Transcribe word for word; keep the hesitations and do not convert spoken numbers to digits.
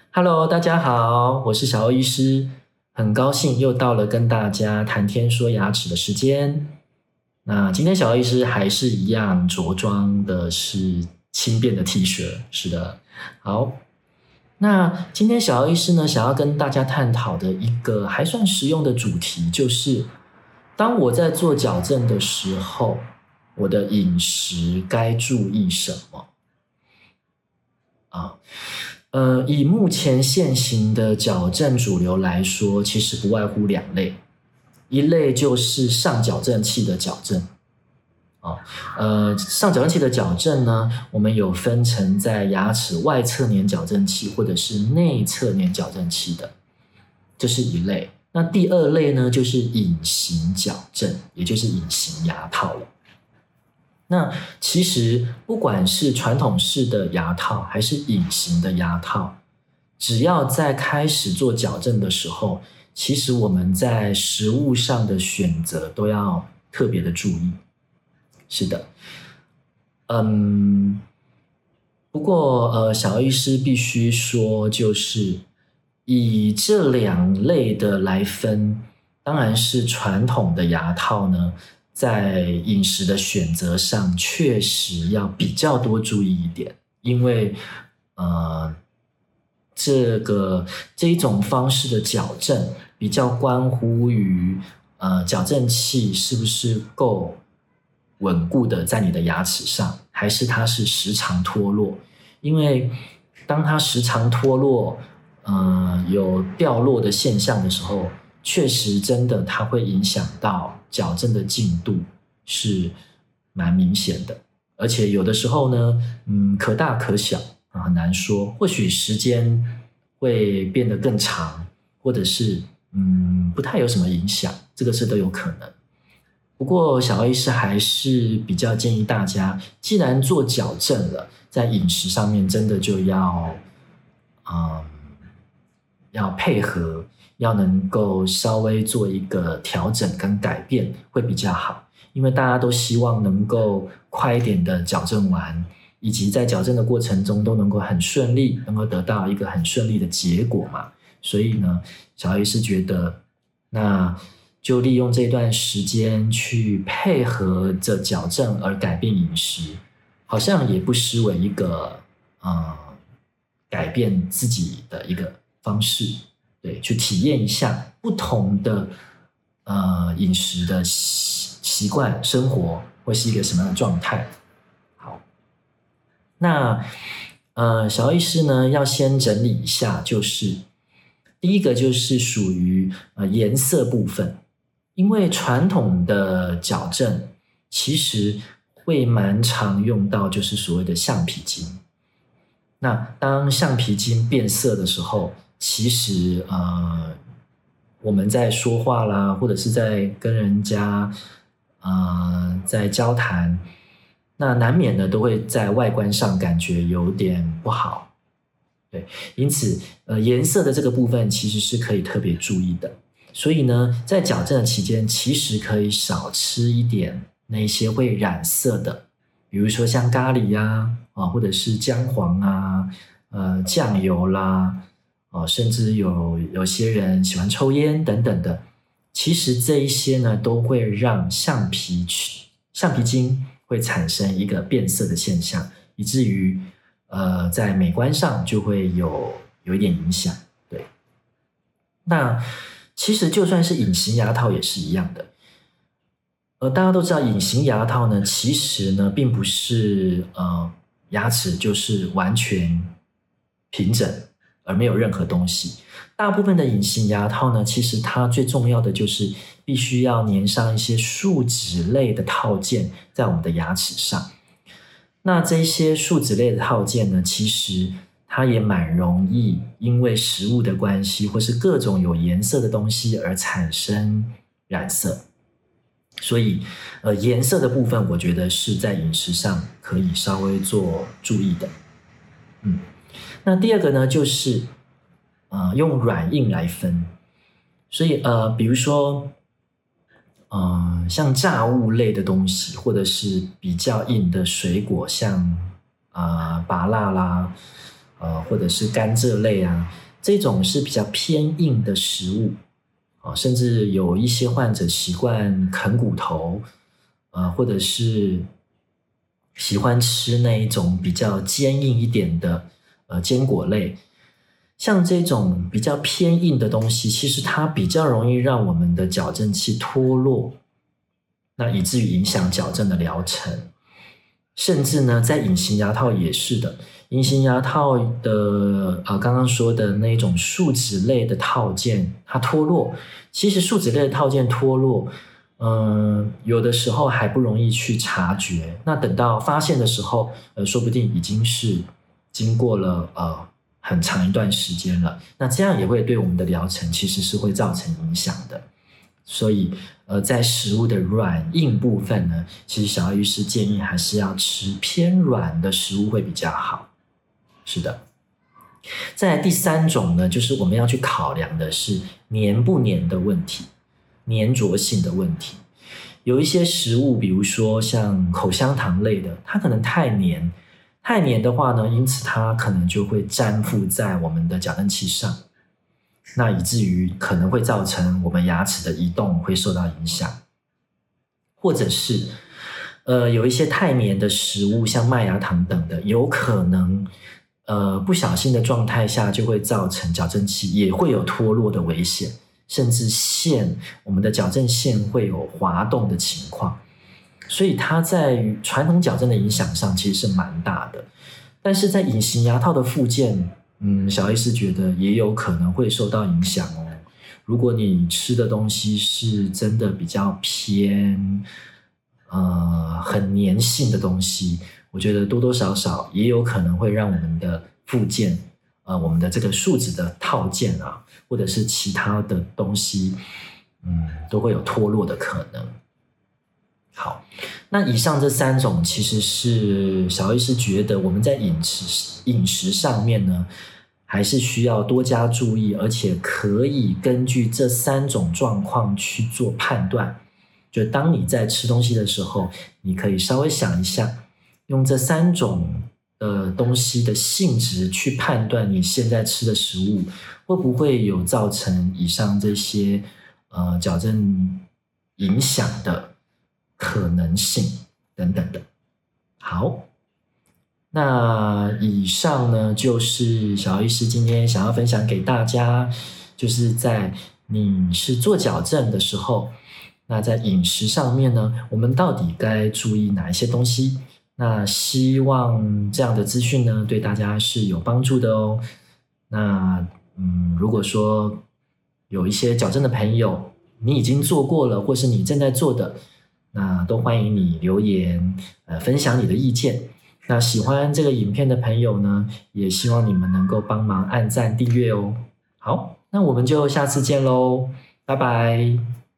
Hello，大家好，我是小欧医师，很高兴又到了跟大家谈天说牙齿的时间。那今天小欧医师还是一样着装的是轻便的 T 恤，是的。好，那今天小欧医师呢，想要跟大家探讨的一个还算实用的主题，就是当我在做矫正的时候，我的饮食该注意什么啊？呃，以目前现行的矫正主流来说，其实不外乎两类，一类就是上矫正器的矫正。哦，呃，上矫正器的矫正呢，我们有分成在牙齿外侧粘矫正器或者是内侧粘矫正器的，这是一类。那第二类呢，就是隐形矫正，也就是隐形牙套了。那其实不管是传统式的牙套还是隐形的牙套，只要在开始做矫正的时候，其实我们在食物上的选择都要特别的注意。是的，嗯，不过呃，小医师必须说，就是以这两类的来分，当然是传统的牙套呢，在饮食的选择上确实要比较多注意一点，因为呃，这个这一种方式的矫正比较关乎于呃矫正器是不是够稳固的在你的牙齿上，还是它是时常脱落？因为当它时常脱落，呃，有掉落的现象的时候，确实真的它会影响到矫正的进度，是蛮明显的。而且有的时候呢，嗯，可大可小啊，很难说。或许时间会变得更长，或者是嗯不太有什么影响，这个是都有可能。不过小医师还是比较建议大家，既然做矫正了，在饮食上面真的就要，嗯，要配合，要能够稍微做一个调整跟改变会比较好，因为大家都希望能够快一点的矫正完，以及在矫正的过程中都能够很顺利，能够得到一个很顺利的结果嘛。所以呢，小医师觉得，那就利用这段时间去配合着矫正而改变饮食，好像也不失为一个呃改变自己的一个方式，对，去体验一下不同的呃饮食的习习惯、生活会是一个什么样的状态。好，那呃小医师呢要先整理一下，就是第一个就是属于呃颜色部分。因为传统的矫正其实会蛮常用到就是所谓的橡皮筋。那当橡皮筋变色的时候，其实呃我们在说话啦，或者是在跟人家呃在交谈，那难免呢都会在外观上感觉有点不好。对，因此呃颜色的这个部分其实是可以特别注意的。所以呢，在矫正的期间，其实可以少吃一点那些会染色的，比如说像咖喱呀、啊，或者是姜黄啊、呃酱油啦，哦、甚至有有些人喜欢抽烟等等的。其实这一些呢，都会让橡皮橡皮筋会产生一个变色的现象，以至于呃在美观上就会有有一点影响。对，那其实就算是隐形牙套也是一样的，呃，大家都知道隐形牙套呢，其实呢并不是呃牙齿就是完全平整而没有任何东西。大部分的隐形牙套呢，其实它最重要的就是必须要粘上一些树脂类的套件在我们的牙齿上。那这些树脂类的套件呢，其实它也蛮容易因为食物的关系或是各种有颜色的东西而产生染色，所以呃颜色的部分我觉得是在饮食上可以稍微做注意的。嗯，那第二个呢就是呃用软硬来分，所以呃比如说呃像炸物类的东西，或者是比较硬的水果，像啊芭乐啦呃，或者是甘蔗类啊，这种是比较偏硬的食物，哦，甚至有一些患者习惯啃骨头，呃，或者是喜欢吃那一种比较坚硬一点的呃坚果类。像这种比较偏硬的东西，其实它比较容易让我们的矫正器脱落，那以至于影响矫正的疗程。甚至呢，在隐形牙套也是的，隐形牙套的呃刚刚说的那种树脂类的套件，它脱落，其实树脂类的套件脱落，嗯、呃，有的时候还不容易去察觉。那等到发现的时候，呃，说不定已经是经过了呃很长一段时间了。那这样也会对我们的疗程其实是会造成影响的。所以，呃，在食物的软硬部分呢，其实小奥医师建议还是要吃偏软的食物会比较好。是的。再来第三种呢，就是我们要去考量的是黏不黏的问题，黏着性的问题。有一些食物，比如说像口香糖类的，它可能太黏，太黏的话呢，因此它可能就会粘附在我们的矫正器上。那以至于可能会造成我们牙齿的移动会受到影响，或者是呃有一些太黏的食物，像麦芽糖等的，有可能呃不小心的状态下就会造成矫正器也会有脱落的危险，甚至线我们的矫正线会有滑动的情况，所以它在于传统矫正的影响上其实是蛮大的。但是在隐形牙套的附件，嗯，小医师觉得也有可能会受到影响哦。如果你吃的东西是真的比较偏呃很粘性的东西，我觉得多多少少也有可能会让我们的附件呃我们的这个树脂的套件啊，或者是其他的东西，嗯，都会有脱落的可能。好，那以上这三种其实是小医师觉得我们在饮食饮食上面呢，还是需要多加注意，而且可以根据这三种状况去做判断。就当你在吃东西的时候，你可以稍微想一下，用这三种的东西的性质去判断你现在吃的食物会不会有造成以上这些呃矫正影响的可能性等等的。好，那以上呢就是小医师今天想要分享给大家，就是在你是做矫正的时候，那在饮食上面呢，我们到底该注意哪一些东西？那希望这样的资讯呢对大家是有帮助的哦。那嗯，如果说有一些矫正的朋友你已经做过了，或是你正在做的，那都欢迎你留言呃分享你的意见。那喜欢这个影片的朋友呢，也希望你们能够帮忙按赞订阅哦。好，那我们就下次见喽，拜拜。